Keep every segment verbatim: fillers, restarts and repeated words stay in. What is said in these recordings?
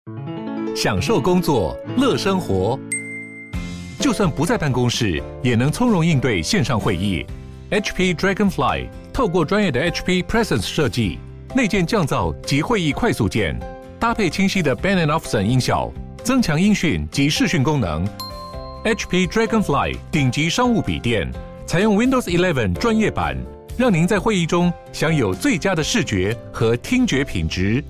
享受工作，乐生活。就算不在办公室，也能从容应对线上会议。H P Dragonfly 透过专业的 H P Presence 设计，内建降噪及会议快速键，搭配清晰的 Bang and Olufsen 音效，增强音讯及视讯功能。H P Dragonfly 顶级商务笔电，采用 Windows 十一专业版，让您在会议中享有最佳的视觉和听觉品质。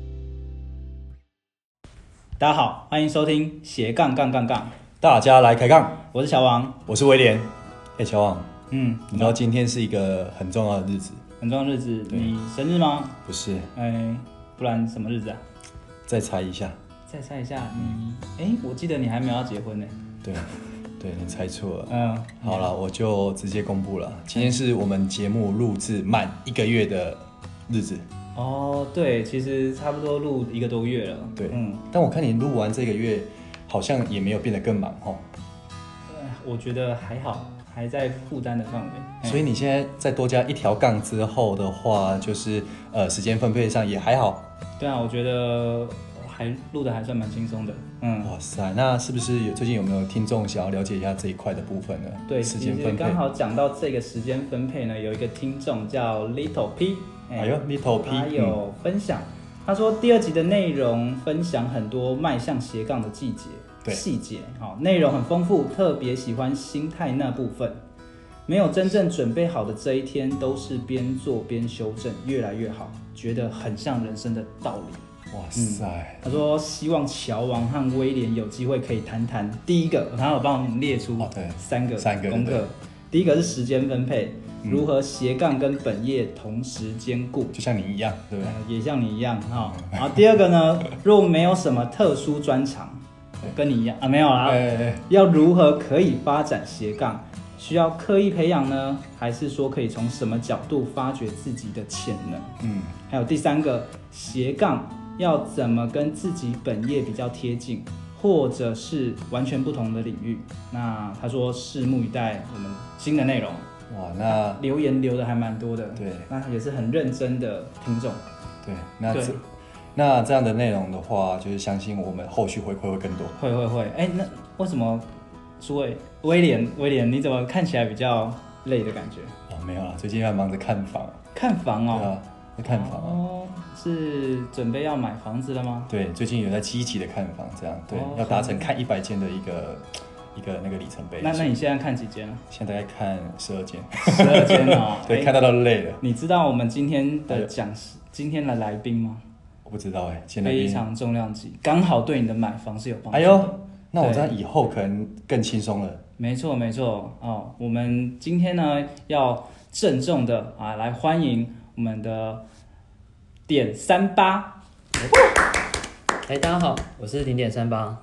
大家好，欢迎收听斜杠杠杠杠， 大家来开杠， 我是小王， 我是威廉。哎、欸，小王， 嗯， 你知道今天是一个很重要的日子？ 很重要的日子，你生日吗？ 不是， 哎、欸，不然什么日子啊？ 再猜一下， 再猜一下，你，哎、欸，我记得你还没有要结婚呢。 对，对你猜错了。 嗯， 好了，我就直接公布了，今天是我们节目录制满一个月的日子。 哦，对，其实差不多录一个多月了。 对，嗯，但我看你录完这个月，好像也没有变得更忙哦。 我觉得还好，还在负担的范围。 所以你现在再多加一条杠之后的话，就是呃时间分配上也还好。 对啊，我觉得还录的还算蛮轻松的。嗯， 哇塞，那是不是有最近有没有听众想要了解一下这一块的部分呢？ 对， 时间分配刚好讲到这个时间分配呢，有一个听众叫 Little P。 哎呦 ，Little P， 他有分享，嗯、他说第二集的内容分享很多迈向斜杠的季节细节，好，内容很丰富，特别喜欢心态那部分。没有真正准备好的这一天，都是边做边修正，越来越好，觉得很像人生的道理。 哇塞、嗯！ 他说希望乔王和威廉有机会可以谈谈第一个，他有帮我们列出三个功课，第一个是时间分配。如何斜杠跟本业同时兼顾， 就像你一样，对不对？ 呃、也像你一样哈。然后第二个呢，若没有什么特殊专长，跟你一样啊，没有啦。要如何可以发展斜杠？需要刻意培养呢，还是说可以从什么角度发掘自己的潜能？嗯，还有第三个，斜杠要怎么跟自己本业比较贴近，或者是完全不同的领域？那他说拭目以待我们新的内容。 哇，那留言留的还蛮多的， 对， 那也是很认真的听众， 对，那这那这样的内容的话，就是相信我们后续回馈会更多， 会会会，哎、欸，那为什么诸位威廉威廉，你怎么看起来比较累的感觉？ 哦，没有啦，最近在忙着看房， 看房哦， 对啊，在看房啊， 哦，是准备要买房子了吗？ 对，最近有在积极的看房，这样，对，哦、要达成看一百间的一个。一个那个里程碑。 那那你现在看几间了？ 现在大概看十二间。 十二间哦， 对，欸、看到都累了。 你知道我们今天的讲师、哎、今天的来宾吗？ 我不知道哎、欸， 非常重量级，刚好对你的买房是有帮助的。 哎呦，那我这样以后可能更轻松了。 没错没错哦，我们今天呢要郑重的啊来欢迎我们的点三八。 哎，大家好，我是零点三八。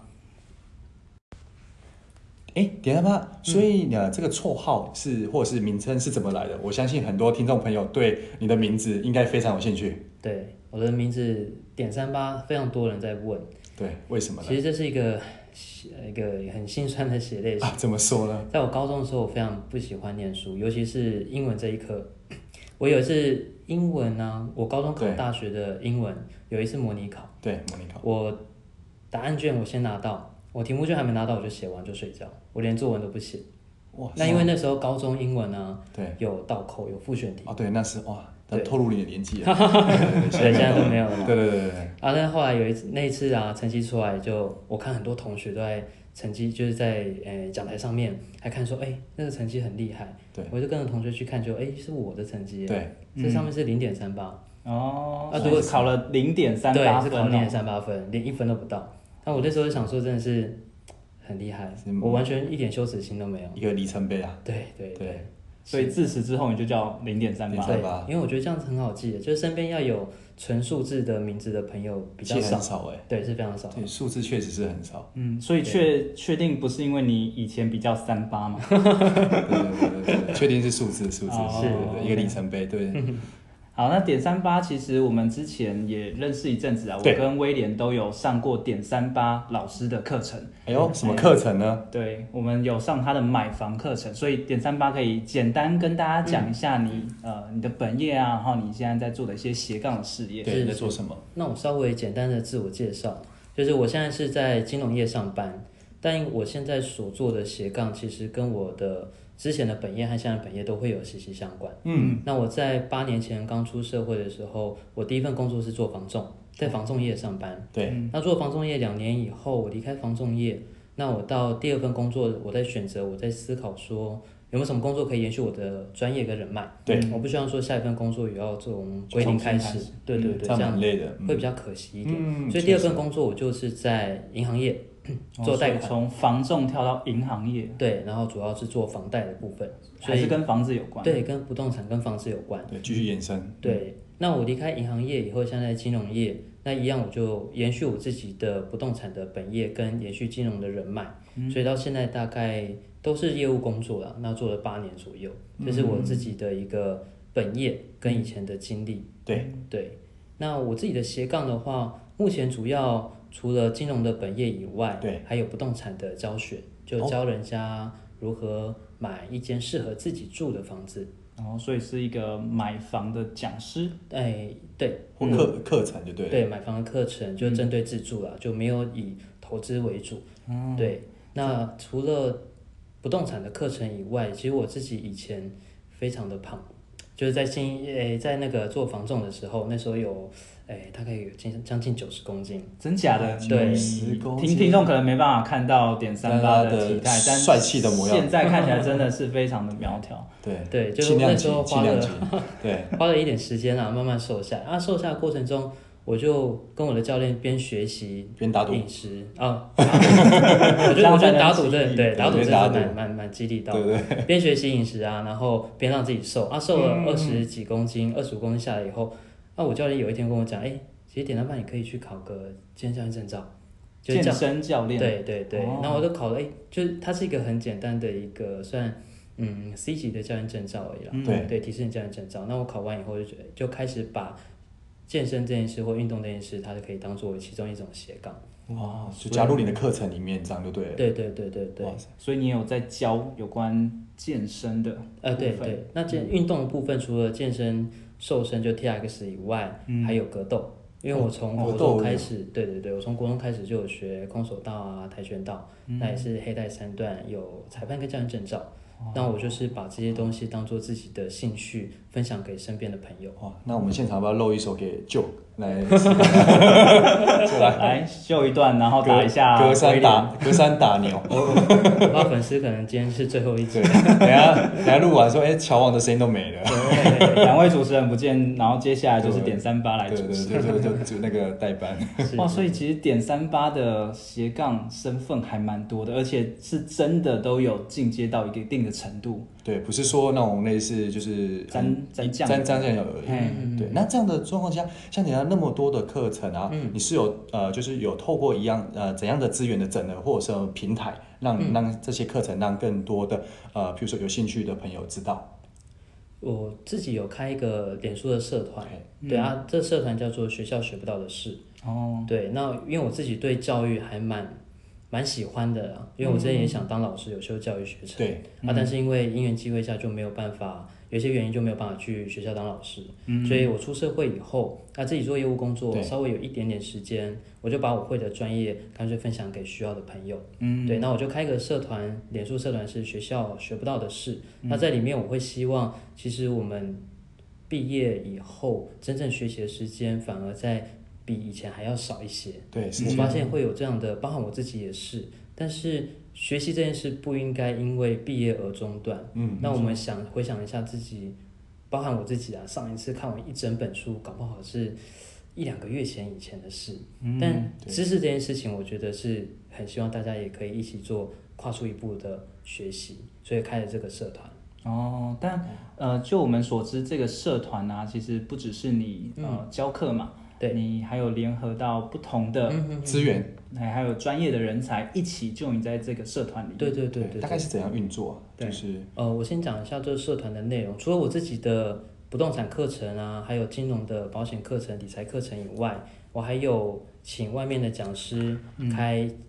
哎，点三八，所以呢，这个绰号是或者是名称是怎么来的？我相信很多听众朋友对你的名字应该非常有兴趣。 对，我的名字点三八，非常多人在问。 对，为什么呢？ 其实这是一个一个很心酸的血泪史。 啊，怎么说呢？ 在我高中的时候，我非常不喜欢念书，尤其是英文这一科。我有一次英文啊，我高中考大学的英文有一次模拟考。 对，模拟考。 我答案卷我先拿到。我题目卷还没拿到，我就写完就睡觉，我连作文都不写。哇！那因为那时候高中英文啊，对，有倒扣，有复选题。 哦，对，那是哇，那透露你的年纪了。 对，现在都没有了嘛。 对对对对。 啊，但后来有一次那一次啊，成绩出来就，我看很多同学都在成绩就是在诶讲台上面还看说，哎、欸，那个成绩很厉害。对。我就跟着同学去看就，就、欸、哎是我的成绩。对。这上面是零点三八。 哦。啊，如果考了零点三八分， 对，是考零点三八分，连一分都不到。那我那时候就想说，真的是很厉害，我完全一点羞耻心都没有， 一个里程碑啊！ 对对对， 所以自此之后你就叫零点三八， 对，因为我觉得这样子很好记的，就是身边要有纯数字的名字的朋友比较少， 很少哎， 对，是非常少， 对，数字确实是很少， 嗯，所以确确定不是因为你以前比较三八吗？ 对对对对，确定是数字，数字是一个里程碑，对。 好，那点三八其实我们之前也认识一阵子啊，我跟威廉都有上过点三八老师的课程。 哎呦，什么课程呢？ 对，我们有上他的买房课程，所以点三八可以简单跟大家讲一下你、嗯、呃你的本业啊，然后你现在在做的一些斜杠的事业， 对，在做什么？ 那我稍微简单的自我介绍， 就是我现在是在金融业上班，但我现在所做的斜杠其实跟我的之前的本业和现在的本业都会有息息相关。嗯，那我在八年前刚出社会的时候，我第一份工作是做房仲，在房仲业上班。 对， 那做房仲业两年以后，我离开房仲业，那我到第二份工作，我在选择，我在思考说有没有什么工作可以延续我的专业跟人脉。 对， 我不希望说下一份工作也要从归零开始。对对对， 这样蛮累的， 会比较可惜一点。嗯，所以第二份工作我就是在银行业。做贷款， 从房仲跳到银行业， 对，然后主要是做房贷的部分， 还是跟房子有关， 对，跟不动产跟房子有关， 对，继续延伸， 对。那我离开银行业以后，现在金融业，那一样我就延续我自己的不动产的本业，跟延续金融的人脉，嗯、所以到现在大概都是业务工作了，那做了八年左右，这、就是我自己的一个本业跟以前的经历， 对对。那我自己的斜杠的话，目前主要除了金融的本业以外， 对， 还有不动产的教学，就教人家如何买一间适合自己住的房子。 哦，所以是一个买房的讲师， 哎，对， 或课、嗯、课程就对了， 对，买房的课程就针对自住啦，嗯、就没有以投资为主。嗯，对。那除了不动产的课程以外，其实我自己以前非常的胖。就是在新诶，在那个做房仲的时候，那时候有诶，大概有将将近九十公斤， 真假的？ 对， 听听众可能没办法看到点三八的体态，但帅气的模样， 现在看起来真的是非常的苗条。 对对，就那时候花了对花了一点时间啊，慢慢瘦下来。啊，瘦下的过程中，我就跟我的教练边学习边打赌饮食啊，我觉得我觉得打赌真的对打赌真的蛮蛮蛮激励到， 对对， 边学习饮食啊，然后边让自己瘦啊，瘦了二十几公斤，二十五公斤下来以后，啊，我教练有一天跟我讲，哎，其实点单班你可以去考个健身证照， 健身教练， 对对对，然后我就考了，哎，就是它是一个很简单的一个算嗯 C 级的教练证照而已啦， 对对，提示你教练证照，那我考完以后就觉得就开始把健身这件事或运动这件事，它是可以当做其中一种斜杠。 哇，就加入你的课程里面，这样就对了。 对对对对对。 所以你有在教有关健身的部分？ 呃，对对。那健运动的部分，除了健身、瘦身就 T X 以外，嗯、还有格斗。因为我从国中开始，哦、对对对，我从国中开始就有学空手道啊、跆拳道，嗯、那也是黑带三段，有裁判跟教练证照。那我就是把这些东西当做自己的兴趣分享给身边的朋友。 哇，那我们现场要不要露一手给Joe来？ 就来来秀一段，然后打一下隔山打隔山打牛。 我怕粉丝可能今天是最后一集， 等下等下录完说，哎，乔王的声音都没了。 两位主持人不见，然后接下来就是点三八来主持， 对对对，就就就那个代班。 哇，所以其实点三八的斜杠身份还蛮多的，而且是真的都有进阶到一定的程度。 对，不是说那种类似就是沾沾酱沾沾酱油而已。对，那这样的状况下，像你要那么多的课程啊，嗯、你是有呃，就是有透过一样呃怎样的资源的整合，或者是平台，让、嗯、让这些课程让更多的呃，比如说有兴趣的朋友知道。 我自己有开一个脸书的社团，嗯、对啊，这社团叫做学校学不到的事。哦，对，那因为我自己对教育还蛮。蛮喜欢的啦，因为我之前也想当老师，有修教育学程， 对， 啊，但是因为因缘机会下就没有办法，有些原因就没有办法去学校当老师，嗯、所以我出社会以后，啊，自己做业务工作，稍微有一点点时间，我就把我会的专业干脆分享给需要的朋友，嗯，对，那我就开个社团，脸书社团是学校学不到的事，嗯、那在里面我会希望，其实我们毕业以后真正学习的时间反而在。比以前还要少一些， 对， 我发现会有这样的，包含我自己也是。但是学习这件事不应该因为毕业而中断。嗯，那我们想回想一下自己，包含我自己啊，上一次看完一整本书，搞不好是一两个月前以前的事。嗯，但知识这件事情，我觉得是很希望大家也可以一起做，跨出一步的学习，所以开了这个社团。 哦，但呃，就我们所知，这个社团啊，其实不只是你呃、嗯、教课嘛。 对， 你还有联合到不同的资源， 还还有专业的人才一起就你在这个社团里面。 对对对 对, 对， 大概是怎样运作？就是呃，我先讲一下这个社团的内容。除了我自己的不动产课程啊，还有金融的保险课程、理财课程以外，我还有请外面的讲师开、嗯、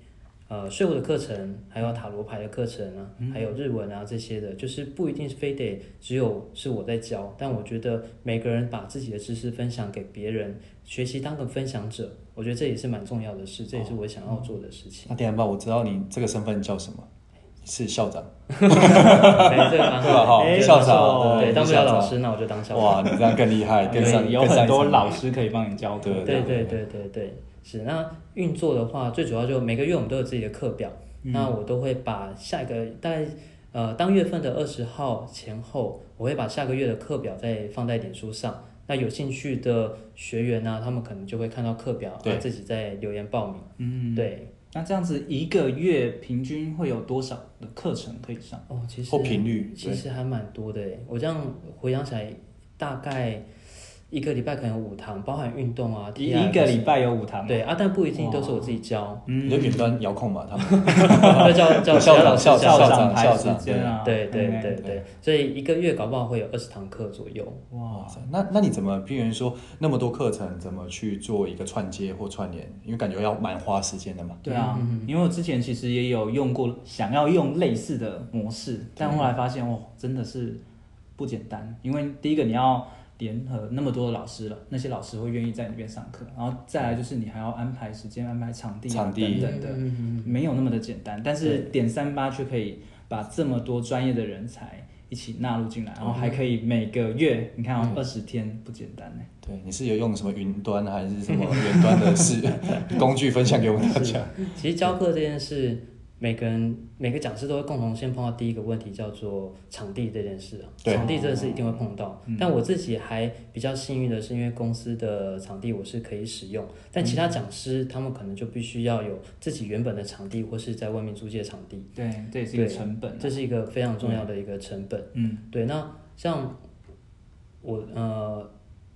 呃税务的课程，还有塔罗牌的课程啊，嗯、还有日文啊这些的，就是不一定非得只有是我在教，但我觉得每个人把自己的知识分享给别人，学习当个分享者，我觉得这也是蛮重要的事，这也是我想要做的事情。 那田爸，我知道你这个身份叫什么？是校长， 对对吧？ 哈，校长， 对，当不了老师，那我就当校长。 哇，你这样更厉害，更上有很多老师可以帮你教课。 对对对对对对，是。那运作的话，最主要就每个月我们都有自己的课表，嗯、那我都会把下一个大概呃当月份的二十号前后，我会把下个月的课表再放在脸书上。那有兴趣的学员呢、啊，他们可能就会看到课表，然后自己再留言报名。嗯，对。 那这样子一个月平均会有多少的课程可以上？ 哦，其实或频率其实还蛮多的诶。我这样回想起来，大概一个礼拜可能有五堂，包含运动啊。 一个礼拜有五堂。 对啊，但不一定都是我自己教。 嗯，你就远端遥控嘛，他们。 对，叫叫校长、 校长、校长、 校长。 对对对对，所以一个月搞不好会有二十堂课左右。 哇，那那你怎么，譬如说那么多课程，怎么去做一个串接或串联？因为感觉要蛮花时间的嘛。 对啊，因为我之前其实也有用过，想要用类似的模式，但后来发现哦，真的是不简单。因为第一个你要联合那么多的老师了，那些老师会愿意在那边上课，然后再来就是你还要安排时间、安排场地、啊、 场地等等的，没有那么的简单。但是点三八却可以把这么多专业的人才一起纳入进来，然后还可以每个月，你看哦，二十天不简单呢。 对，你是有用什么云端还是什么远端的事工具分享给我们大家？ 其实教课这件事。每个人每个讲师都会共同先碰到第一个问题，叫做场地这件事啊。场地真的是一定会碰到，嗯、但我自己还比较幸运的是，因为公司的场地我是可以使用，但其他讲师他们可能就必须要有自己原本的场地，或是在外面租借场地。 对，这也是一个成本、啊， 这是一个非常重要的一个成本。嗯，对。那像我呃，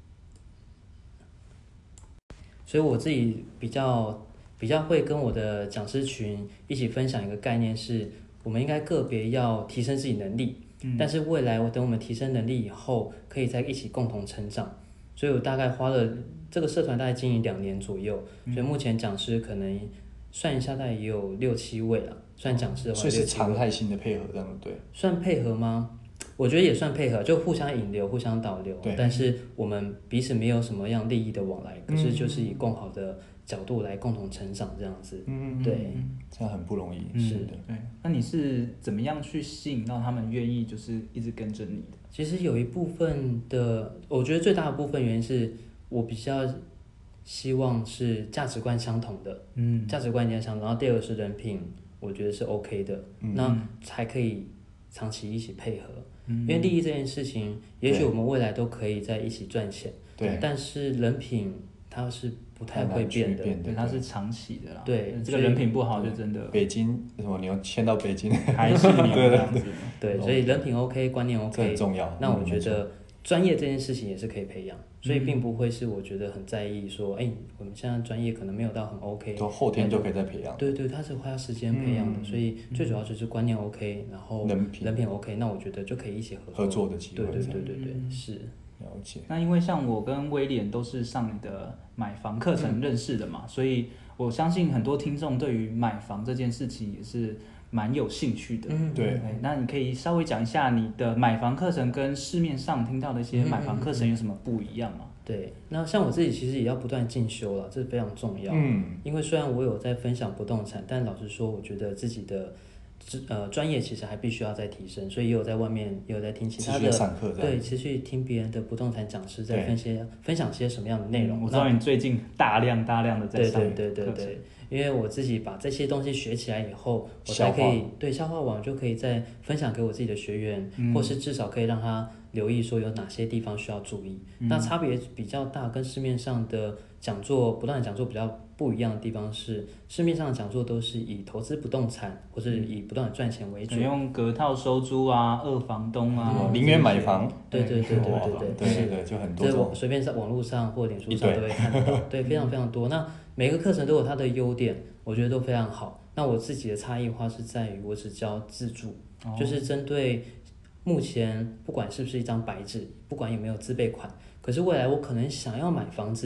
所以我自己比较。比较会跟我的讲师群一起分享一个概念是，我们应该个别要提升自己能力，嗯、但是未来我等我们提升能力以后，可以再一起共同成长。所以我大概花了这个社团大概经营两年左右，嗯、所以目前讲师可能算一下大概也有六七位了。算讲师的话， 所以是常态性的配合，这样对？ 算配合吗？我觉得也算配合，就互相引流、互相导流，但是我们彼此没有什么样利益的往来，可是就是以更好的角度来共同成长这样子。嗯，对， 这样很不容易。 嗯、是的，对。那你是怎么样去吸引到他们愿意就是一直跟着你的？ 其实有一部分的，我觉得最大的部分原因是我比较希望是价值观相同的，嗯，价值观一定相同。然后第二个是人品，我觉得是 OK 的，嗯、那才可以长期一起配合。因为利益这件事情，也许我们未来都可以在一起赚钱，对。但是人品它是不太会变的， 对，它是长期的啦。 对， 这个人品不好就真的。 北京什么？你要迁到北京， 还是你这样子？ 对，所以人品 OK， 观念 OK， 很重要。 那我觉得专业这件事情也是可以培养，所以并不会是我觉得很在意说，哎，我们现在专业可能没有到很 OK， 都后天就可以再培养。 对对，它是花时间培养的，所以最主要就是观念 OK， 然后人品人品 OK， 那我觉得就可以一起合合作的机会。 对对对对对，是。 了解。 那因为像我跟威廉都是上你的买房课程认识的嘛，所以我相信很多听众对于买房这件事情也是蛮有兴趣的。 嗯，对。 那你可以稍微讲一下你的买房课程跟市面上听到的一些买房课程有什么不一样吗？ 对，那像我自己其实也要不断进修了，这是非常重要。嗯，因为虽然我有在分享不动产，但老实说，我觉得自己的呃专业其实还必须要再提升，所以也有在外面也有在听其他的上课， 对，持续听别人的不动产讲师在分析分享些什么样的内容。 我知道你最近大量大量的在上课程， 对对对对对，因为我自己把这些东西学起来以后，我才可以对消化完就可以再分享给我自己的学员，嗯、或是至少可以让他留意说有哪些地方需要注意。嗯、那差别比较大，跟市面上的讲座不断的讲座比较不一样的地方是，市面上的讲座都是以投资不动产或是以不断的赚钱为主， 用隔套收租啊、二房东啊、 零元买房， 对对对对对对对对对，就很多。 这网随便在网络上或脸书上都会看到，对，非常非常多。那每个课程都有它的优点，我觉得都非常好。那我自己的差异化是在于，我只教自住，哦、就是针对目前不管是不是一张白纸，不管有没有自备款，可是未来我可能想要买房子，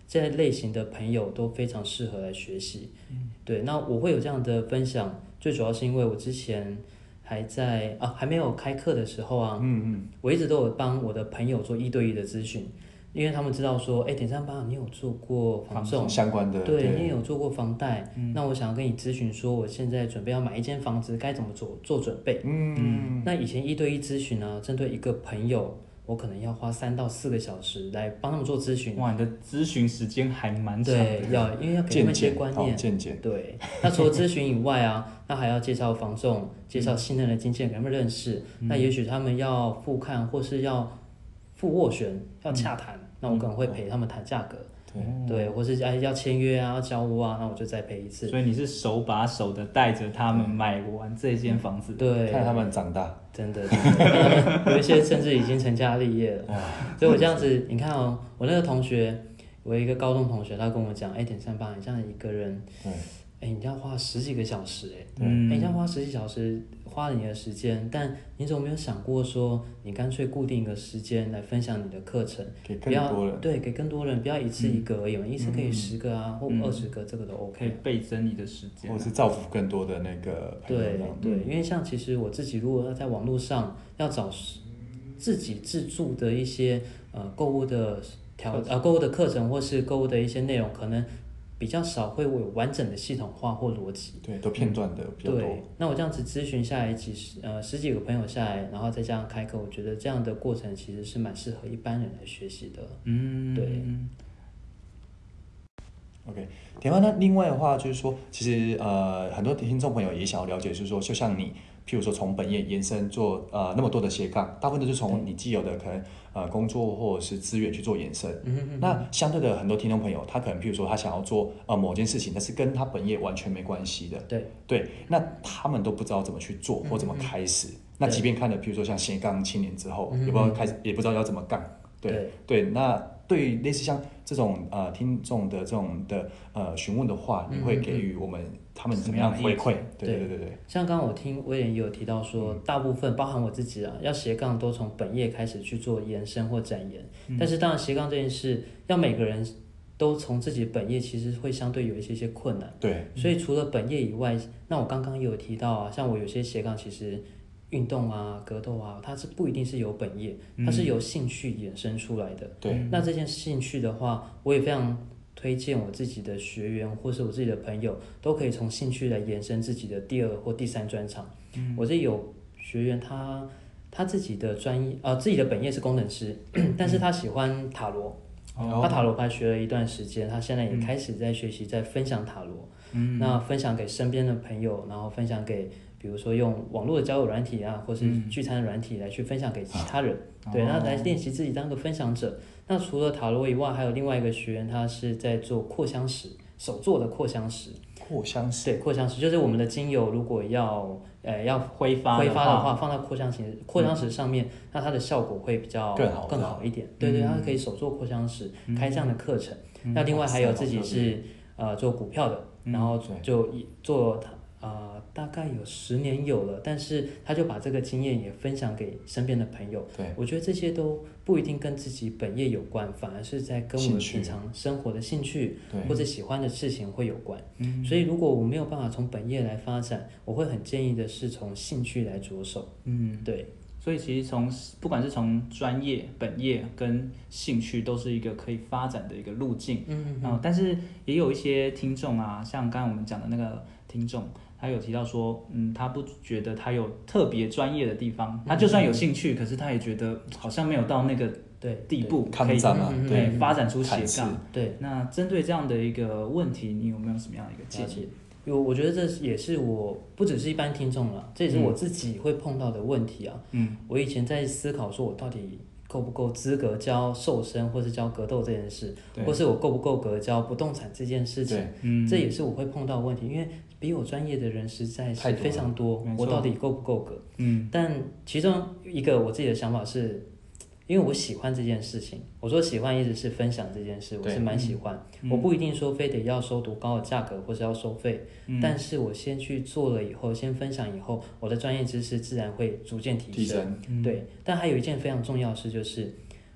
这类型的朋友都非常适合来学习。嗯，对，那我会有这样的分享，最主要是因为我之前还在啊还没有开课的时候啊，嗯嗯，我一直都有帮我的朋友做一对一的咨询。因为他们知道说，哎，点三八，你有做过房仲相关的， 对，对你也有做过房贷，嗯、那我想要跟你咨询说，我现在准备要买一间房子，该怎么做做准备？嗯嗯。那以前一对一咨询呢，针对一个朋友，我可能要花三到四个小时来帮他们做咨询。 哇，你的咨询时间还蛮长的。 对，要因为要给他们一些观念。 见解。 对，那除了咨询以外啊，那还要介绍房仲，介绍信任的经纪人给他们认识。嗯、那也许他们要复看或是要付斡旋，要洽谈。嗯那我可能会陪他们谈价格，对，对，或是要签约啊，要交屋啊，那我就再陪一次。 所以你是手把手的带着他们买完这间房子， 对， 看他们长大， 真的，真的有一些甚至已经成家立业了。所以我这样子，你看哦，我那个同学，我有一个高中同学，他跟我讲，哎，点三八，你这样一个人，哎，你这样花十几个小时，哎，嗯，你这样花十几小时，花了你的时间，但你怎么没有想过说，你干脆固定一个时间来分享你的课程， 给更多人， 对，给更多人，不要一次一个而已嘛，一次可以十个啊，或二十个，这个都 OK， 可以倍增你的时间， 或是造福更多的那个朋友。 对对，因为像其实我自己如果要在网络上要找自己自助的一些呃购物的调呃购物的课程，或是购物的一些内容，可能比较少会有完整的系统化或逻辑， 对，都片段的比较多。 对，那我这样子咨询下来几十呃十几个朋友下来，然后再这样开课，我觉得这样的过程其实是蛮适合一般人来学习的。嗯，对。 OK， 田妈，那另外的话就是说，其实呃很多听众朋友也想要了解，就是说，就像你，譬如说从本业延伸做呃那么多的斜杠，大部分都是从你既有的可能呃工作或者是资源去做延伸。嗯哼哼。那相对的很多听众朋友，他可能譬如说他想要做呃某件事情，但是跟他本业完全没关系的。 对。 对，那他们都不知道怎么去做或怎么开始。嗯、那即便看了譬如说像斜杠青年之后，嗯、也不知道开始，也不知道要怎么杠。对 对, 对，那对于类似像这种呃听众的这种的呃询问的话，你会给予我们、嗯、他们怎么样回馈？对对对对对。 像刚刚我听威廉也有提到说，嗯、大部分包含我自己啊，要斜杠都从本业开始去做延伸或展延。嗯、但是当然斜杠这件事，要每个人都从自己本业，其实会相对有一些些困难。 对。 所以除了本业以外，那我刚刚也有提到啊，像我有些斜杠其实。运动啊，格斗啊，它是不一定是由本业，它是由兴趣衍生出来的。 对、嗯， 那这件兴趣的话，我也非常推荐我自己的学员或是我自己的朋友，都可以从兴趣来延伸自己的第二或第三专长。嗯、我这有学员他他自己的专业呃自己的本业是工程师，但是他喜欢塔罗，嗯、他塔罗牌学了一段时间，他现在也开始在学习，在分享塔罗。嗯，那分享给身边的朋友，然后分享给。比如说用网络的交友软体啊，或是聚餐的软体来去分享给其他人，嗯、对，那来练习自己当个分享者。那除了塔罗以外，还有另外一个学员，他是在做扩香石，手做的扩香石。 扩香石。 对，扩香石就是我们的精油，如果要呃要挥发挥发的话，放到扩香石扩香石上面，嗯、那它的效果会比较更好更好一点。对对，它可以手做扩香石，嗯、开这样的课程。嗯、那另外还有自己是呃做股票的，嗯、然后就做它。呃，大概有十年有了，但是他就把这个经验也分享给身边的朋友。 对， 我觉得这些都不一定跟自己本业有关，反而是在跟我们平常生活的兴趣或者喜欢的事情会有关。嗯，所以如果我没有办法从本业来发展，我会很建议的是从兴趣来着手。嗯，对。 所以其实从不管是从专业、本业跟兴趣，都是一个可以发展的一个路径。嗯嗯。但是也有一些听众啊，像刚才我们讲的那个听众。他有提到说，嗯，他不觉得他有特别专业的地方，他就算有兴趣，可是他也觉得好像没有到那个地步可以对发展出斜杠。 对， 那针对这样的一个问题，你有没有什么样的一个建议？ 有，我觉得这也是我不只是一般听众了，这也是我自己会碰到的问题啊。嗯，我以前在思考说，我到底够不够资格教瘦身，或是教格斗这件事，或是我够不够格教不动产这件事情。嗯，这也是我会碰到的问题，因为比我专业的人实在是非常多，多我到底够不够格？嗯，但其中一个我自己的想法是，因为我喜欢这件事情。我说喜欢，意思是分享这件事，我是蛮喜欢。嗯、我不一定说非得要收多高的价格，或是要收费，嗯、但是我先去做了以后，先分享以后，我的专业知识自然会逐渐提升。提升嗯、对，但还有一件非常重要的事就是。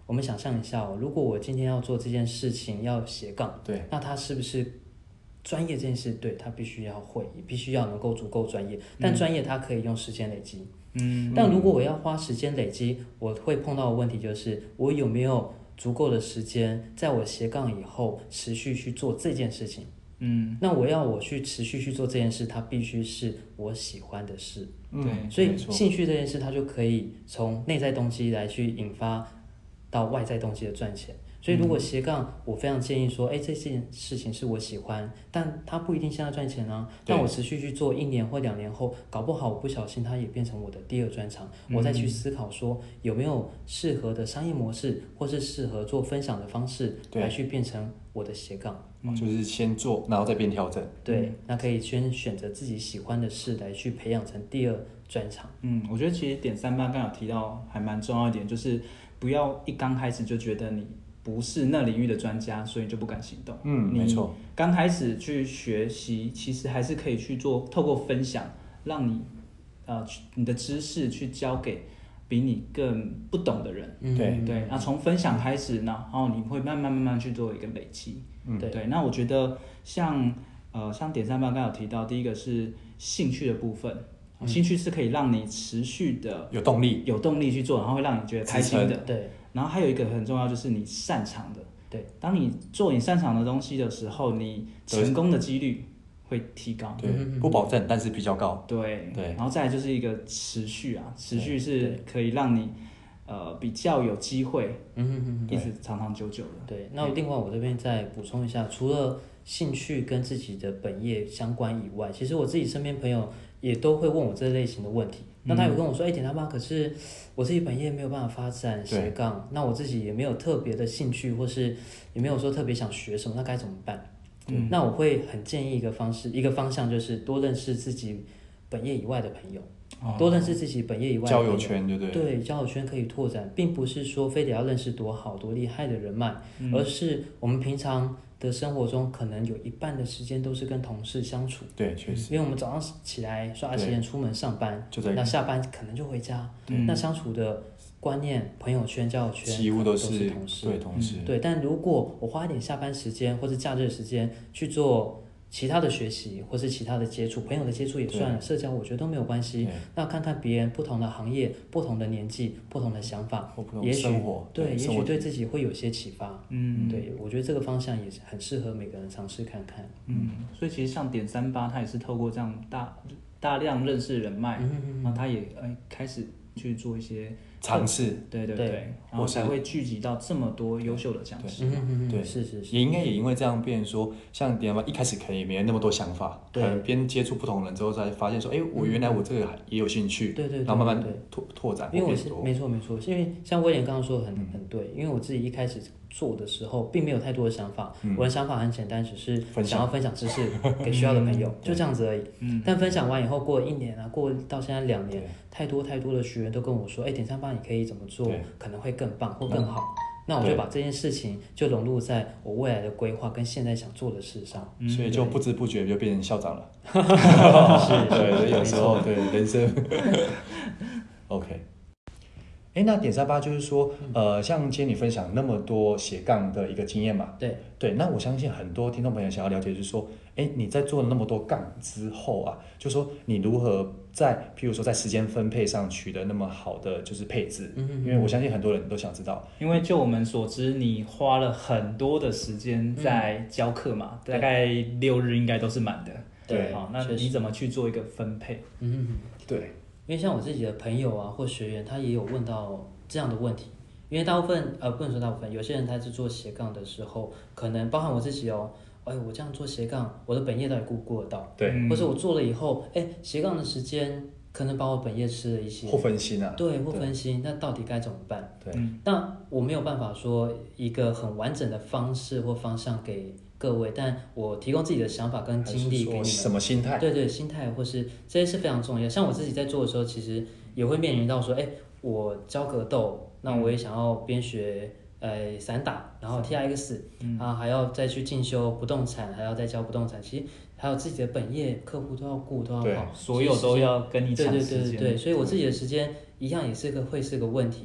我们想象一下哦，如果我今天要做这件事情要斜杠， 对， 那它是不是专业这件事？对，它必须要会，必须要能够足够专业。但专业它可以用时间累积。嗯，但如果我要花时间累积，我会碰到的问题就是，我有没有足够的时间，在我斜杠以后持续去做这件事情？嗯，那我要我去持续去做这件事，它必须是我喜欢的事。 对， 所以兴趣这件事，它就可以从内在动机来去引发到外在动机的赚钱。所以如果斜杠，我非常建议说，哎，这件事情是我喜欢，但它不一定现在赚钱啊。但我持续去做一年或两年后，搞不好我不小心它也变成我的第二专长。嗯、我再去思考说有没有适合的商业模式，或是适合做分享的方式，来去变成我的斜杠。 嗯、就是先做，然后再变调整。 对，那可以先选择自己喜欢的事来去培养成第二专长。 嗯，我觉得其实点三八刚有提到还蛮重要一点，就是不要一刚开始就觉得你不是那领域的专家，所以就不敢行动。 嗯，没错。 刚开始去学习，其实还是可以去做，透过分享，让你呃你的知识去交给比你更不懂的人。 嗯、对对。那从分享开始，然后你会慢慢慢慢去做一个累积。 嗯， 对。对，那我觉得像呃像点三八刚有提到，第一个是兴趣的部分。嗯、兴趣是可以让你持续的有动力， 有动力去做，然后会让你觉得开心的。 对。 然后还有一个很重要，就是你擅长的。 对， 当你做你擅长的东西的时候，你成功的几率会提高。 对，不保证，但是比较高。 对对， 然后再来就是一个持续啊，持续是可以让你呃比较有机会，嗯一直长长久久的。 对，那另外我这边再补充一下，除了兴趣跟自己的本业相关以外，其实我自己身边朋友也都会问我这类型的问题。那他有跟我说，哎、嗯，点他妈，可是我自己本业没有办法发展斜杠，那我自己也没有特别的兴趣，或是也没有说特别想学什么，那该怎么办？嗯，那我会很建议一个方式，一个方向就是多认识自己本业以外的朋友，哦、多认识自己本业以外的朋友， 交友圈，对不对？ 对，交友圈可以拓展，并不是说非得要认识多好多厉害的人脉，嗯、而是我们平常的生活中可能有一半的时间都是跟同事相处。 对，确实。 因为我们早上起来刷牙洗脸出门上班，那下班可能就回家，那相处的观念、朋友圈、交友圈几乎都是同事。 对，同事。 嗯、对，但如果我花一点下班时间或者假日时间去做其他的学习，或是其他的接触，朋友的接触也算了，社交我觉得都没有关系。那看看别人不同的行业、不同的年纪、不同的想法，也许对，也许对自己会有些启发。嗯，对，我觉得这个方向也很适合每个人尝试看看。 嗯，所以其实像点三八，他也是透过这样大大量认识人脉，嗯嗯然后他也哎开始去做一些尝试， 对对对，然后才会聚集到这么多优秀的讲师。 对， 是是是， 也应该也因为这样变成说，像点三八一开始可能也没那么多想法，可能边接触不同人之后才发现说，哎，我原来我这个也有兴趣， 对对， 然后慢慢拓拓展。 因为我是没错没错，因为像威廉刚刚说的很很对，因为我自己一开始做的时候并没有太多的想法，我的想法很简单，只是想要分享知识给需要的朋友，就这样子而已。但分享完以后，过了一年啊，过到现在两年，太多太多的学员都跟我说，哎，点三八你可以怎么做，可能会更棒或更好。那我就把这件事情就融入在我未来的规划跟现在想做的事上， 所以就不知不觉就变成校长了。 是， 对，有时候对人生。OK。哎，那点三八就是说，呃，像今天你分享那么多斜杠的一个经验嘛， 对对，那我相信很多听众朋友想要了解，就是说，哎，你在做了那么多杠之后啊，就说你如何在，譬如说在时间分配上取得那么好的就是配置，嗯嗯因为我相信很多人都想知道， 因为就我们所知，你花了很多的时间在教课嘛，嗯、大概六日应该都是满的， 对， 好，那你怎么去做一个分配？ 嗯嗯， 对。 因为像我自己的朋友啊或学员，他也有问到这样的问题。因为大部分呃不能说大部分，有些人他是做斜杠的时候，可能包含我自己哦，哎我这样做斜杠，我的本业到底顾不顾得到？ 对， 或者我做了以后，哎斜杠的时间可能把我本业吃了一些， 或分心啊， 对，或分心，那到底该怎么办？ 对， 那我没有办法说一个很完整的方式或方向给各位，但我提供自己的想法跟经历给你们。 什么心态？ 对对，心态或是这些是非常重要。像我自己在做的时候，其实也会面临到说，哎，我教格斗，那我也想要边学呃散打，然后 T R X，嗯、啊还要再去进修不动产，还要再教不动产，其实还有自己的本业客户都要顾，都要跑， 所有都要跟你抢时间。 对对对对对，所以我自己的时间一样也是个会是个问题。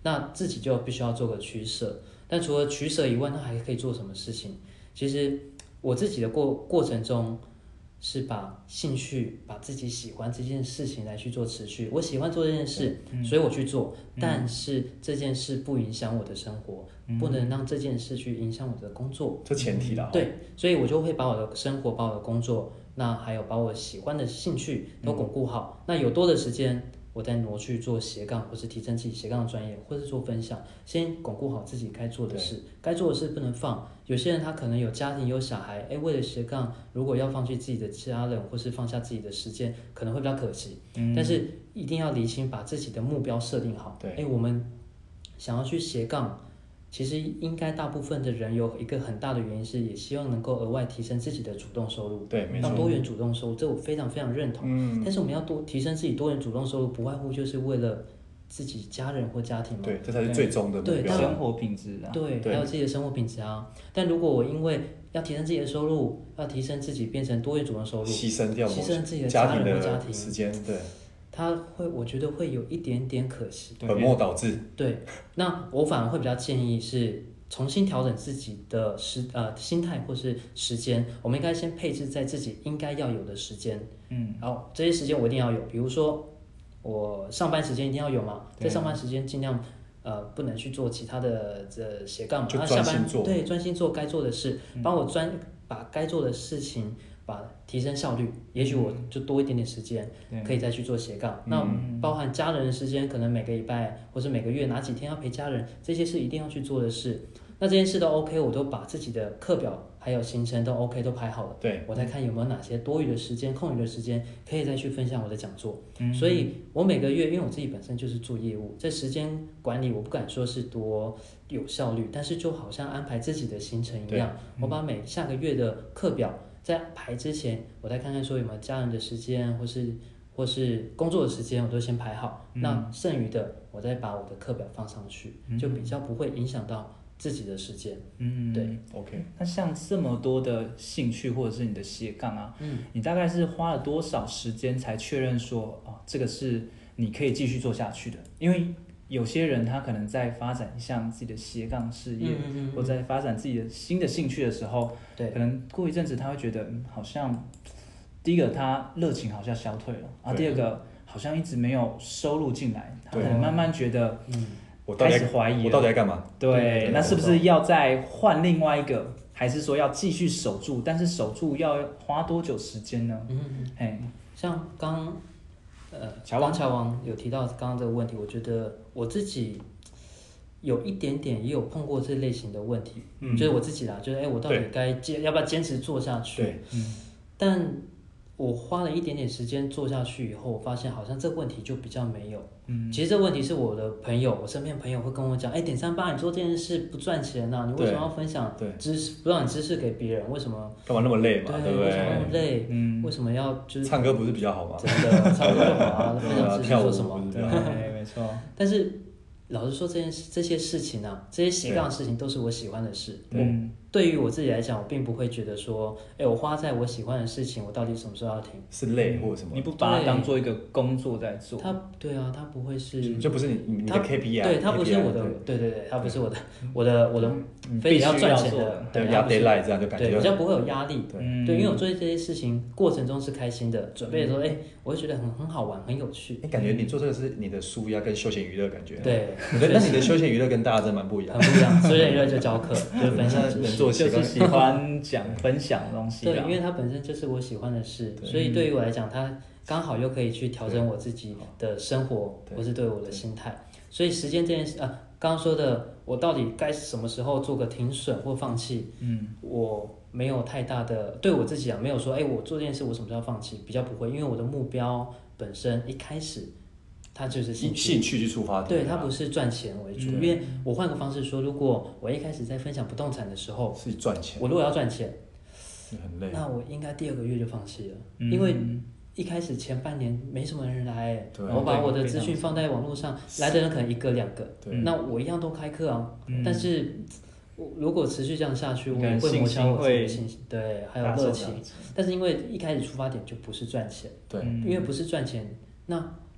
那自己就必须要做个取舍。但除了取舍以外，那还可以做什么事情？其实我自己的过过程中，是把兴趣、把自己喜欢这件事情来去做持续。我喜欢做这件事，嗯、所以我去做。嗯、但是这件事不影响我的生活，嗯、不能让这件事去影响我的工作。 这前提啦。 对，所以我就会把我的生活、把我的工作，那还有把我喜欢的兴趣都巩固好。嗯、那有多的时间，我再挪去做斜杠，或是提升自己斜杠的专业，或是做分享。先巩固好自己该做的事，该做的事不能放。有些人他可能有家庭有小孩，哎，为了斜杠，如果要放弃自己的家人，或是放下自己的时间，可能会比较可惜。嗯、但是一定要理清，把自己的目标设定好。哎，我们想要去斜杠，其实应该大部分的人有一个很大的原因是，也希望能够额外提升自己的主动收入。 对，没错。 让多元主动收入，这我非常非常认同。嗯。但是我们要多提升自己多元主动收入，不外乎就是为了自己家人或家庭嘛。 对，这才是最终的目标。 对，生活品质啊。 对，还有自己的生活品质啊。但如果我因为要提升自己的收入，要提升自己变成多元主动收入， 牺牲掉牺牲自己的家人或家庭时间，对。 他会，我觉得会有一点点可惜， 本末倒置。 对，那我反而会比较建议是重新调整自己的时呃心态或是时间，我们应该先配置在自己应该要有的时间，嗯，然后这些时间我一定要有，比如说我上班时间一定要有嘛，在上班时间尽量呃不能去做其他的这斜杠嘛， 就专心做， 对，专心做该做的事，帮我专把该做的事情。把提升效率，也许我就多一点点时间，嗯、可以再去做斜杠。嗯、那包含家人的时间，可能每个礼拜或是每个月哪几天要陪家人，这些是一定要去做的事。那这件事都 OK， 我都把自己的课表还有行程都 OK 都排好了。 对， 我再看有没有哪些多余的时间、空余的时间，可以再去分享我的讲座。嗯、所以我每个月，因为我自己本身就是做业务，在时间管理我不敢说是多有效率，但是就好像安排自己的行程一样，嗯、我把每下个月的课表。在排之前，我再看看说有没有家人的时间，或是或是工作的时间，我都先排好。嗯、那剩余的，我再把我的课表放上去，嗯、就比较不会影响到自己的时间。嗯，对 ，OK。 那像这么多的兴趣或者是你的斜杠啊，嗯，你大概是花了多少时间才确认说，哦，这个是你可以继续做下去的？因为有些人他可能在发展一项自己的斜杠事业，嗯嗯嗯或在发展自己的新的兴趣的时候，对，可能过一阵子他会觉得，嗯，好像第一个他热情好像消退了，啊，第二个好像一直没有收入进来，他可能慢慢觉得，嗯， 我开始怀疑了， 我到底在干嘛？ 对，对那是不是要再换另外一个，还是说要继续守住？但是守住要花多久时间呢？嗯嗯， 嘿，像刚。呃，乔王乔王有提到刚刚这个问题，我觉得我自己有一点点也有碰过这类型的问题，嗯、就是我自己啦，就是哎，我到底该坚要不要坚持做下去？ 对，嗯， 但我花了一点点时间做下去以后，我发现好像这个问题就比较没有。嗯，其实这个问题是我的朋友，我身边朋友会跟我讲，哎，点三八，你做这件事不赚钱呐、啊，你为什么要分享知识，不让你知识给别人？为什么？ 干嘛那么累嘛？对不对？ 为什么那么累？嗯，为什么要就是唱歌不是比较好吗？ 真的，唱歌就好啊，分享知识做什么？ 对，没错。 但是老实说，这件事这些事情啊，这些斜杠的事情都是我喜欢的事。嗯。对于我自己来讲，我并不会觉得说，哎，我花在我喜欢的事情，我到底什么时候要停？ 是累或者什么？ 你不把它当做一个工作在做？ 它对啊，它不会是， 就不是你你的 K P I， 对，它不是我的，对对对，它不是我的，我的我的非得要赚钱的， 对，压 deadline 这样就感觉对比较不会有压力，对，对，因为我做这些事情过程中是开心的，准备的时候，哎，我会觉得很很好玩，很有趣。 你感觉你做这个是你的舒压跟休闲娱乐感觉？ 对， 那你的休闲娱乐跟大家真蛮不一样， 很不一样。休闲娱乐就教课，就是分享知识， 就是喜欢。讲分享的东西， 对，因为它本身就是我喜欢的事，所以对于我来讲，它刚好又可以去调整我自己的生活，或是对我的心态。所以时间这件事啊，刚刚说的，我到底该什么时候做个停损或放弃？嗯，我没有太大的对我自己啊，没有说，哎，我做这件事我什么时候放弃？比较不会，因为我的目标本身一开始。它就是兴趣，兴趣去出发点， 对，它不是赚钱为主。因为我换个方式说，如果我一开始在分享不动产的时候是赚钱， 我如果要赚钱， 很累， 那我应该第二个月就放弃了，嗯、因为一开始前半年没什么人来，我把我的资讯放在网络上，来的人可能一个两个，那我一样都开课啊，嗯、但是。如果持续这样下去，我也会磨消我自己的信心，对，还有热情。但是因为一开始出发点就不是赚钱， 对， 因为不是赚钱，那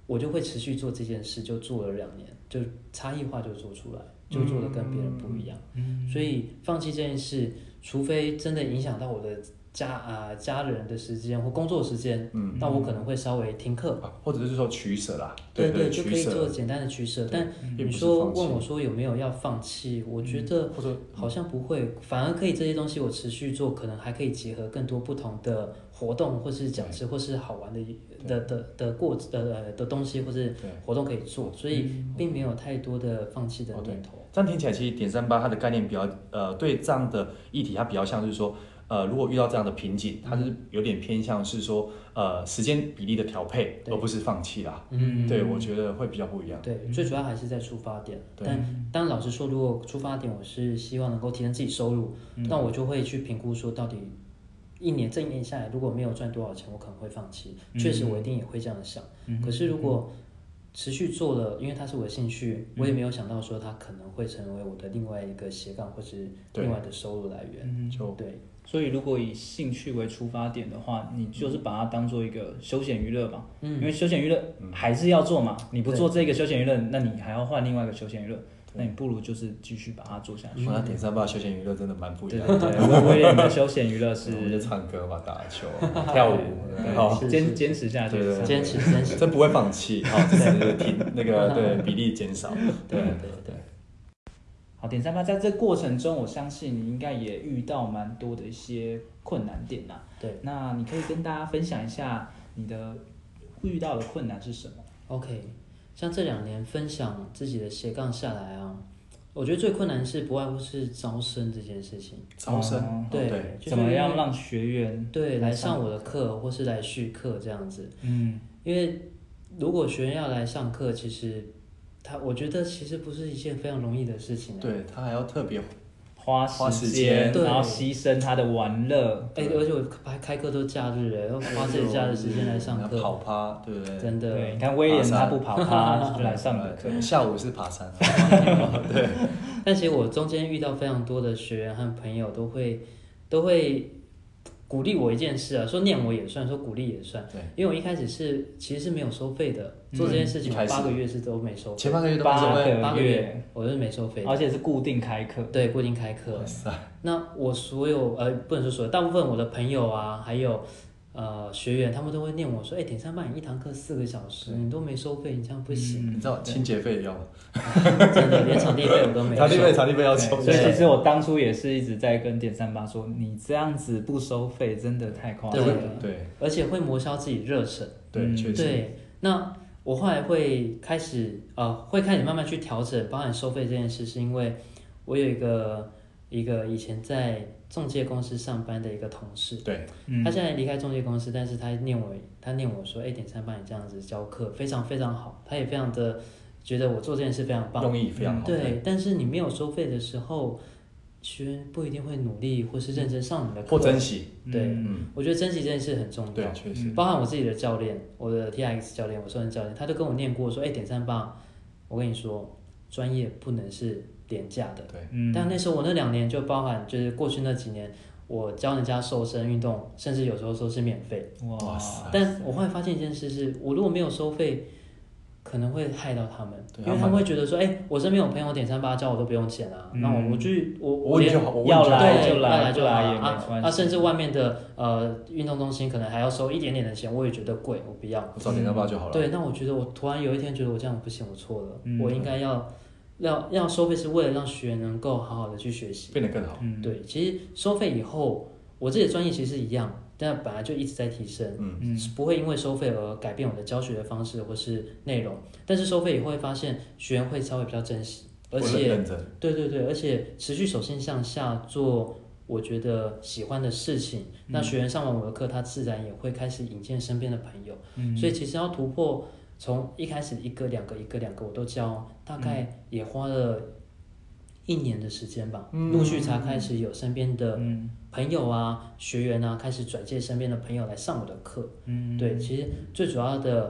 我就会持续做这件事，就做了两年，就差异化就做出来，就做的跟别人不一样。嗯，所以放弃这件事，除非真的影响到我的家啊、呃、家人的时间或工作时间，嗯，那我可能会稍微停课， 啊、或者是说取舍啦。 对对, 对就可以做简单的取舍。但你说问我说有没有要放弃，我觉得好像不会，反而可以这些东西我持续做，可能还可以结合更多不同的活动，或是讲师，或是好玩的的的的过的的东西，或是活动可以做，所以并没有太多的放弃的念头。 这样听起来，其实点三八它的概念比较呃，对这样的议题，它比较像是说。呃，如果遇到这样的瓶颈，它是有点偏向是说，呃，时间比例的调配，而不是放弃啦。嗯，对，我觉得会比较不一样。 对，最主要还是在出发点。但当然老实说，如果出发点我是希望能够提升自己收入，嗯、那我就会去评估说，到底一年这一年下来，如果没有赚多少钱，我可能会放弃。嗯、确实，我一定也会这样想。嗯、可是如果持续做了，因为它是我的兴趣，我也没有想到说它可能会成为我的另外一个斜杠或是另外的收入来源。就对。 所以，如果以兴趣为出发点的话，你就是把它当做一个休闲娱乐嘛。嗯，因为休闲娱乐还是要做嘛，你不做这个休闲娱乐，那你还要换另外一个休闲娱乐，那你不如就是继续把它做下去。 那点三八休闲娱乐真的蛮不一样的。 对对对，威廉的休闲娱乐是， 我们就唱歌嘛，打球、跳舞， 好坚坚持下去， 坚持坚持， 真不会放弃，好，只是停那个对比例减少。 对对对。 好，点三八在这过程中，我相信你应该也遇到蛮多的一些困难点呐。 对， 那你可以跟大家分享一下你的遇到的困难是什么 ？OK， 像这两年分享自己的斜杠下来啊，我觉得最困难是不外乎是招生这件事情。 招生， 哦、 对， 对就是、怎么样让学员对来上我的课，或是来续课这样子。嗯，因为如果学员要来上课，其实。他我觉得其实不是一件非常容易的事情、啊， 对他还要特别花时间，然后牺牲他的玩乐， 哎、欸，而且我开开课都假日哎，要花自己假日时间来上课， 跑趴，对不对？ 真的， 对，你看威廉他不跑趴就来上的课， 下午是爬山， 对。但其实我中间遇到非常多的学员和朋友都会都会。鼓励我一件事啊，说念我也算，说鼓励也算。对，因为我一开始是其实是没有收费的，嗯、做这件事情我八个月是都没收费， 前八个月都没收费， 八个月我是没收费， 而且是固定开课。 对，固定开课。那我所有呃不能说所有，大部分我的朋友啊，还有呃学员，他们都会念我说，哎、欸，点三八你一堂课四个小时，你都没收费，你这样不行。 嗯、你知道清洁费要吗？ 真的，连场地费我都没收。 场地费，场地费要收。 所以其实我当初也是一直在跟点三八说，你这样子不收费，真的太夸张了。 对， 而且会磨消自己热忱。 对，确实。 对，那我后来会开始呃，会开始慢慢去调整，包含收费这件事，是因为我有一个一个以前在仲介公司上班的一个同事， 对， 嗯、他现在离开仲介公司，但是他念我，他念我说，哎，点三八你这样子教课非常非常好，他也非常的觉得我做这件事非常棒， 用意非常好。 对，对但是你没有收费的时候，学员不一定会努力或是认真上你的课， 或珍惜。 对，嗯、我觉得珍惜这件事很重要。 对，确实。 包含我自己的教练，我的 T R X 教练，我授人教练，他都跟我念过说，哎，点三八，我跟你说，专业不能是廉价的。 对， 嗯。但那时候我那两年就包含就是过去那几年。我教人家瘦身运动，甚至有时候都是免费。哇塞！但我后来发现一件事是，我如果没有收费，可能会害到他们，因为他们会觉得说，哎、欸，我身边有朋友点三八教我都不用钱啊，那、嗯、我我去我我连要来就来， 要来就来也没关系。 啊，甚至外面的呃运动中心可能还要收一点点的钱，我也觉得贵，我不要。 我找点三八就好了。 对，那我觉得我突然有一天觉得我这样不行，我错了，嗯、我应该要。要要收费是为了让学员能够好好的去学习， 变得更好。 嗯，对，其实收费以后，我自己的专业其实一样，但本来就一直在提升，嗯嗯，不会因为收费而改变我的教学的方式或是内容。但是收费以后会发现，学员会稍微比较珍惜，而且认真， 对对对，而且持续手心向下做我觉得喜欢的事情，嗯、那学员上完我的课，他自然也会开始引荐身边的朋友。嗯，所以其实要突破。从一开始一个两个一个两个我都教，大概也花了一年的时间吧，嗯、陆续才开始有身边的朋友啊、学员啊开始转介身边的朋友来上我的课。嗯，对，其实最主要的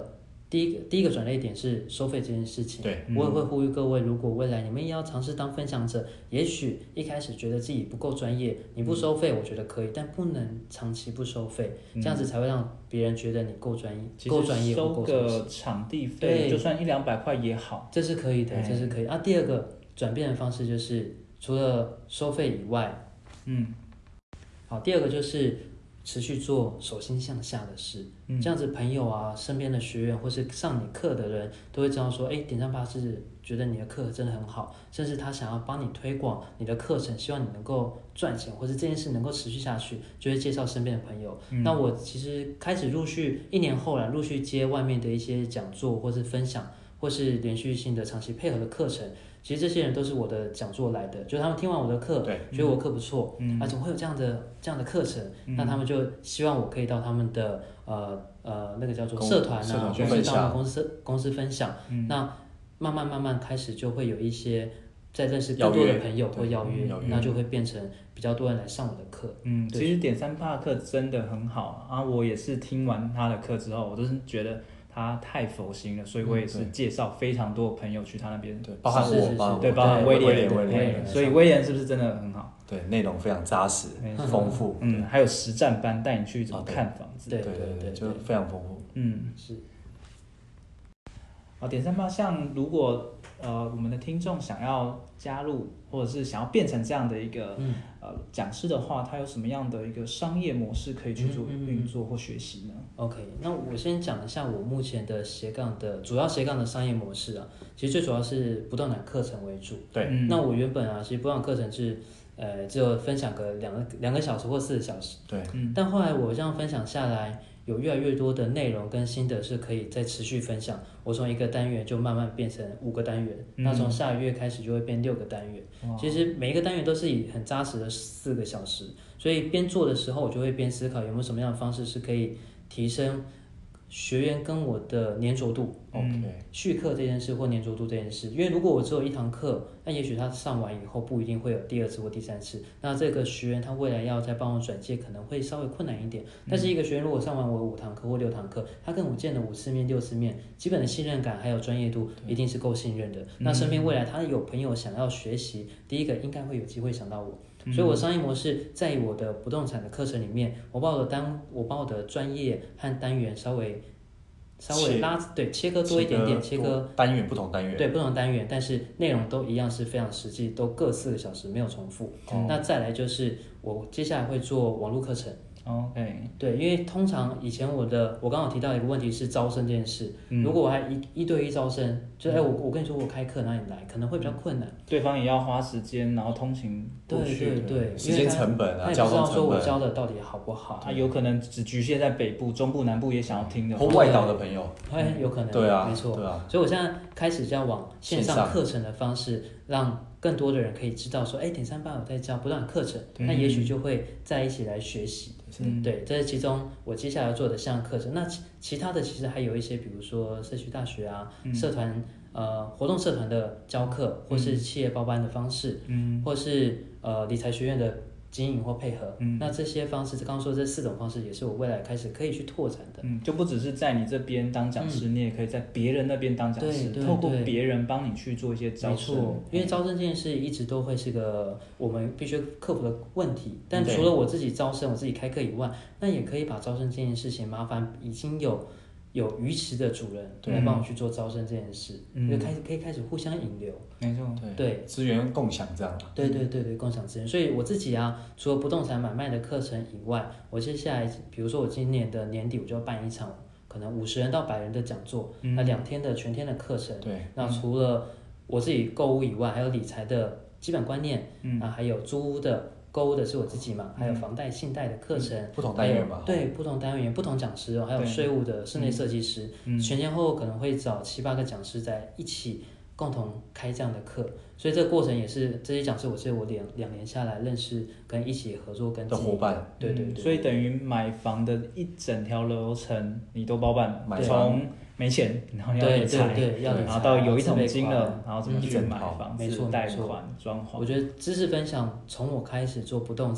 第一个第一个转捩点是收费这件事情， 对， 我也会呼吁各位，如果未来你们也要尝试当分享者，也许一开始觉得自己不够专业，你不收费，我觉得可以，但不能长期不收费，这样子才会让别人觉得你够专业，够专业， 收个场地费，就算一两百块也好， 这是可以的，这是可以。啊，第二个转变的方式就是除了收费以外，嗯，好，第二个就是持续做手心向下的事，嗯、这样子朋友啊、身边的学员或是上你课的人都会知道说，哎，点赞吧是觉得你的课真的很好，甚至他想要帮你推广你的课程，希望你能够赚钱，或者这件事能够持续下去，就会介绍身边的朋友。嗯、那我其实开始陆续一年后来陆续接外面的一些讲座，或是分享，或是连续性的长期配合的课程。其实这些人都是我的讲座来的，就是他们听完我的课，觉得我课不错，嗯、啊，总会有这样的这样的课程，嗯、那他们就希望我可以到他们的呃呃那个叫做社团啊，或是到他们公司公司分享，嗯、那慢慢慢慢开始就会有一些在认识更多的朋友或邀约，那就会变成比较多人来上我的课。 嗯，其实点三八的课真的很好啊，我也是听完他的课之后，我都是觉得他太佛心了，所以我也是介绍非常多朋友去他那边， 对，包含我， 对，包含威廉，威廉，所以威廉是不是真的很好？ 对，内容非常扎实、丰富， 嗯，还有实战班带你去怎么看房子， 对对对， 就非常丰富， 嗯，是。好，点三八，像如果呃我们的听众想要加入，或者是想要变成这样的一个、嗯、呃讲师的话，他有什么样的一个商业模式可以去做运作或学习呢、嗯嗯嗯、 ？OK， 那我先讲一下我目前的斜杠的主要斜杠的商业模式啊，其实最主要是不动产课程为主。 对， 嗯、那我原本啊，其实不动产课程是呃只有分享个两个两个小时或四个小时。 对， 嗯、但后来我这样分享下来，有越来越多的内容跟心得是可以再持续分享。我从一个单元就慢慢变成五个单元，嗯、那从下个月开始就会变六个单元。其实每一个单元都是以很扎实的四个小时，所以边做的时候，我就会边思考有没有什么样的方式是可以提升学员跟我的粘着度。 OK， 续课这件事或粘着度这件事，因为如果我只有一堂课，那也许他上完以后不一定会有第二次或第三次，那这个学员他未来要再帮我转介可能会稍微困难一点。但是一个学员如果上完我五堂课或六堂课，他跟我见了五次面六次面，基本的信任感还有专业度一定是够信任的。那身边未来他有朋友想要学习，第一个应该会有机会想到我。所以我商业模式在我的不动产的课程里面，我把我的单我把我的专业和单元稍微稍微拉对切割多一点点，切割单元不同单元对不同单元，但是内容都一样是非常实际，都各四个小时没有重复。哦、那再来就是我接下来会做网络课程。 OK， 对，因为通常以前我的我刚好提到一个问题是招生这件事，嗯、如果我还一一对一招生，就哎、嗯、我我跟你说我开课，那你来可能会比较困难， 对方也要花时间，然后通勤过去， 对对对， 时间成本啊， 交通成本，他也不知道说我教的到底好不好， 他有可能只局限在北部、中部、南部也想要听的， 或外岛的朋友， 哎，有可能， 对啊， 没错， 对啊， 所以我现在开始要往线上课程的方式，让更多的人可以知道说，哎，点三八有在教不断课程，那也许就会在一起来学习。嗯、对，这是其中我接下来要做的项课程。那其其他的其实还有一些，比如说社区大学啊、嗯、社团呃活动社团的教课，或是企业包班的方式，嗯，或是呃理财学院的经营或配合。嗯，那这些方式，刚刚说这四种方式，也是我未来开始可以去拓展的。 嗯，就不只是在你这边当讲师，嗯、你也可以在别人那边当讲师，透过别人帮你去做一些招生。 没错，因为招生这件事一直都会是个我们必须克服的问题。但除了我自己招生、我自己开课以外，那也可以把招生这件事情麻烦已经有有鱼池的主人来帮我去做招生这件事，嗯、就开始可以开始互相引流。 没错， 对， 资源共享这样。 对对对对，共享资源。所以我自己啊，除了不动产买卖的课程以外，我接下来，比如说我今年的年底，我就要办一场可能五十人到百人的讲座，嗯、那两天的全天的课程。 对， 那除了我自己购物以外，还有理财的基本观念，嗯、啊，还有租屋的。购物的是我自己嘛，还有房贷、信贷的课程， 嗯、不同单元嘛， 对，不同单元、不同讲师哦，还有税务的室内设计师，嗯、全年后可能会找七八个讲师在一起共同开这样的课，所以这个过程也是这些讲师，我是我两两年下来认识跟一起合作跟的伙伴， 对对 对, 对，所以等于买房的一整条流程你都包办，从没钱，然后要理财，然后到有一桶金了，然后怎么去买房子、贷款、装潢。 我觉得知识分享从我开始做不动产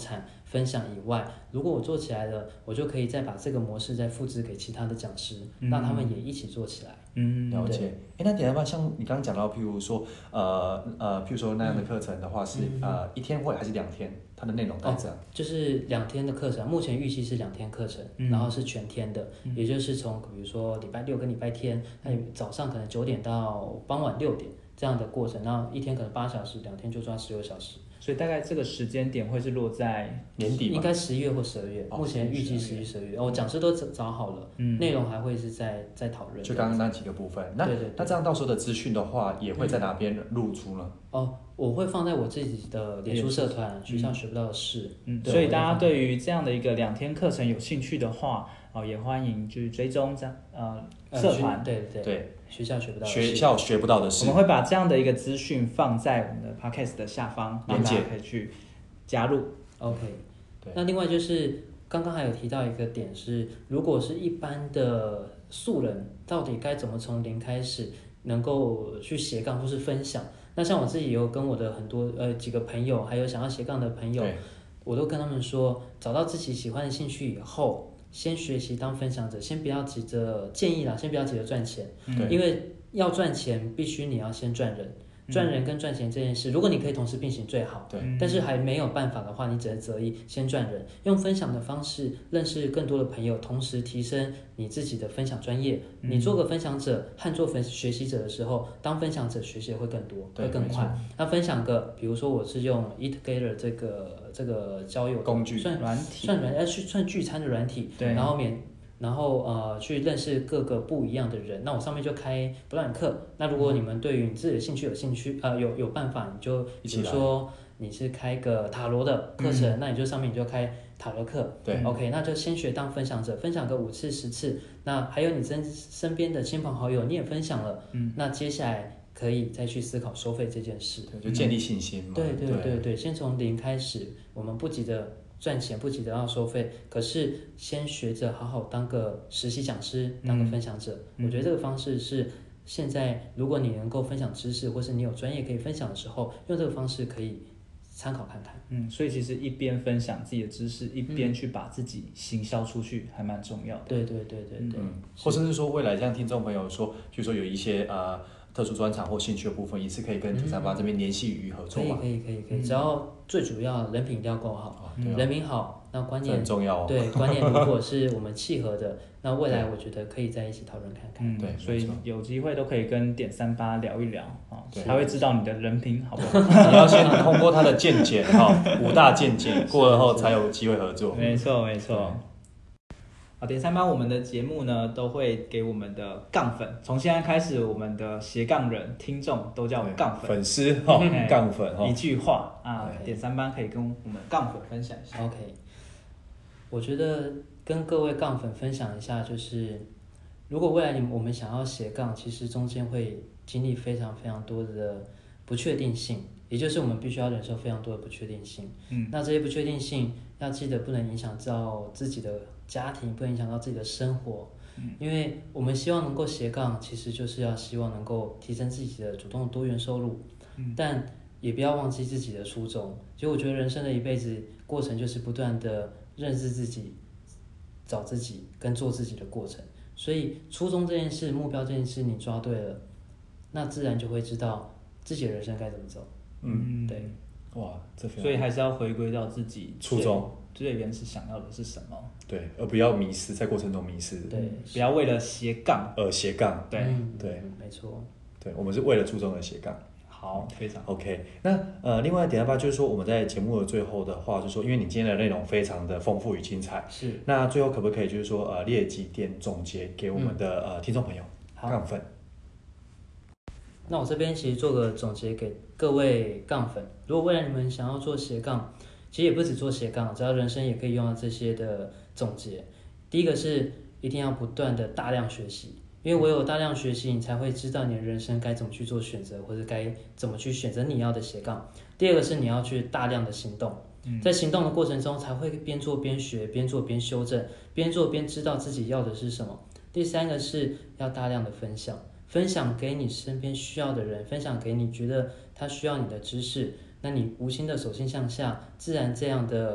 分享以外，如果我做起来了，我就可以再把这个模式再复制给其他的讲师，嗯、让他们也一起做起来。 嗯，了解。哎，那点的话，像你刚刚讲到，譬如说，呃呃，譬如说那样的课程的话是，是、嗯、呃一天会还是两天？它的内容大致、哦、 就是两天的课程，目前预计是两天课程，嗯、然后是全天的，嗯、也就是从比如说礼拜六跟礼拜天，那早上可能九点到傍晚六点这样的过程，然后一天可能八小时，两天就抓十六小时。 所以大概这个时间点会是落在年底吗？ 应该十一月或十二月，哦、目前预计十一、十二月。哦，讲师都找好了，嗯、内容还会是在在讨论。 就刚刚那几个部分，那对对对那这样到时候的资讯的话，也会在哪边露出呢？ 嗯、哦，我会放在我自己的脸书社团，嗯、学校学不到的事。 嗯，所以大家对于这样的一个两天课程有兴趣的话，哦，也欢迎去追踪这样呃社团、 呃，对对对。 学校学不到的学校学不到的事， 我们会把这样的一个资讯放在我们的 podcast 的下方，让大家可以去加入。 OK， 对。那另外就是刚刚还有提到一个点是，如果是一般的素人，到底该怎么从零开始能够去斜杠或是分享？那像我自己也有跟我的很多呃几个朋友，还有想要斜杠的朋友，我都跟他们说，找到自己喜欢的兴趣以后。先学习当分享者，先不要急着建议啦，先不要急着赚钱，因为要赚钱必须你要先赚人，赚人跟赚钱这件事，如果你可以同时并行最好，对。但是还没有办法的话，你只能择一，先赚人，用分享的方式认识更多的朋友，同时提升你自己的分享专业。嗯、你做个分享者和做分学习者的时候，当分享者学习会更多，会更快。那分享个，比如说我是用 Eat Together 这个这个交友工具， 算软体， 算软，呃，算聚餐的软体，对，然后免。然后呃，去认识各个不一样的人。那我上面就开不断课。那如果你们对于你自己的兴趣有兴趣，呃，有有办法，你就比如说你是开个塔罗的课程，嗯、那你就上面你就开塔罗课。对 ，OK， 那就先学当分享者，分享个五次十次。那还有你身身边的亲朋好友，你也分享了，嗯，那接下来可以再去思考收费这件事。 对，就建立信心嘛。 对对对 对, 对，先从零开始，我们不急着。赚钱不急着要收费，可是先学着好好当个实习讲师，当个分享者。嗯、我觉得这个方式是现在，如果你能够分享知识，或是你有专业可以分享的时候，用这个方式可以参考看看。 嗯，所以其实一边分享自己的知识，一边去把自己行销出去，还蛮重要的。 对对对对对。 嗯，或者是说未来像听众朋友说，比如说有一些呃特殊专长或兴趣的部分，也是可以跟铁三八这边联系与合作嘛。 可以可以可以可以，只要最主要人品一定要够好，哦对啊、人品好，那观念很重要、哦。 对，观念如果是我们契合的，那未来我觉得可以在一起讨论看看。 嗯，对，所以有机会都可以跟点三八聊一聊啊，他会知道你的人品好不好。 你要先通过他的见解哈，五大见解过了后才有机会合作。 没错没错。好，点三八我们的节目呢，都会给我们的杠粉，从现在开始，我们的斜杠人听众都叫杠粉， 粉丝哈，杠粉哈， 一句话啊，点三八可以跟我们杠粉分享一下。 OK， 我觉得跟各位杠粉分享一下，就是如果未来你我们想要斜杠，其实中间会经历非常非常多的不确定性，也就是我们必须要忍受非常多的不确定性。嗯，那这些不确定性要记得不能影响到自己的家庭，不能影响到自己的生活。嗯，因为我们希望能够斜杠，其实就是要希望能够提升自己的主动多元收入。嗯，但也不要忘记自己的初衷。其实我觉得人生的一辈子过程就是不断的认识自己、找自己跟做自己的过程。所以初衷这件事、目标这件事你抓对了，那自然就会知道自己的人生该怎么走。嗯，对。 哇，这所以还是要回归到自己初衷， 最原始想要的是什么？ 对，而不要迷失，在过程中迷失。 对， 不要为了斜杠而斜杠。 对、 嗯、 对， 没错。 对，我们是为了初衷而斜杠。 好，非常 OK。那呃，另外一点的话，就是说我们在节目的最后的话，就是说，因为你今天的内容非常的丰富与精彩， 是。 那最后可不可以就是说呃列几点总结给我们的、嗯、呃听众朋友杠粉？ 那我这边其实做个总结给各位杠粉，如果未来你们想要做斜杠，其实也不止做斜杠，只要人生也可以用到这些的总结。第一个是一定要不断的大量学习，因为唯有大量学习，你才会知道你的人生该怎么去做选择，或者该怎么去选择你要的斜杠。第二个是你要去大量的行动，在行动的过程中才会边做边学，边做边修正，边做边知道自己要的是什么。第三个是要大量的分享。分享给你身边需要的人，分享给你觉得他需要你的知识，那你无心的手心向下，自然这样的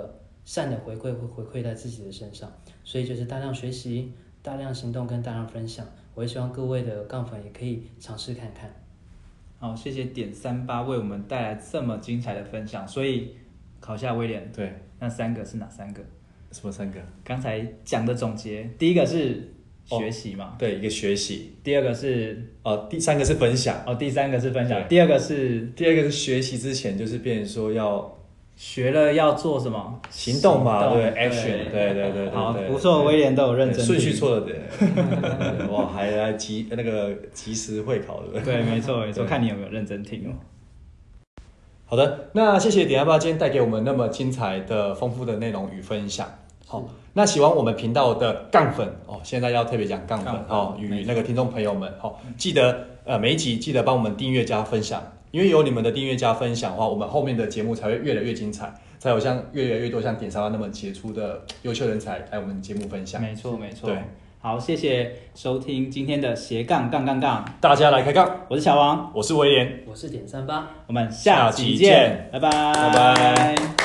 善的回馈会回馈在自己的身上，所以就是大量学习、大量行动跟大量分享。我也希望各位的杠粉也可以尝试看看。 好，谢谢点三八为我们带来这么精彩的分享。所以考下威廉， 对， 那三个是哪三个？ 什么三个？ 刚才讲的总结，第一个是学习嘛、 哦，对，一个学习。 第二个是哦，第三个是分享。 哦，第三个是分享。第二个是第二个是学习之前就是变成说要学了要做什么行动嘛， 行动对 ，action， 对对对对。 好，不错，威廉都有认真。 顺序错了点，哇，还来及那个及时会考的。 对，没错没错，看你有没有认真听哦。 好的，那谢谢点三八今天带给我们那么精彩的、丰富的内容与分享。好，那喜欢我们频道的杠粉哦，现在要特别讲杠粉哦，与那个听众朋友们哦，记得呃每一集记得帮我们订阅加分享，因为有你们的订阅加分享的话，我们后面的节目才会越来越精彩，才有像越来越多像点三八那么杰出的优秀人才来我们节目分享。 没错没错， 对， 好，谢谢收听今天的斜杠杠杠杠， 大家来开杠， 我是小王， 我是威廉， 我是点三八， 我们下期见，拜拜拜拜。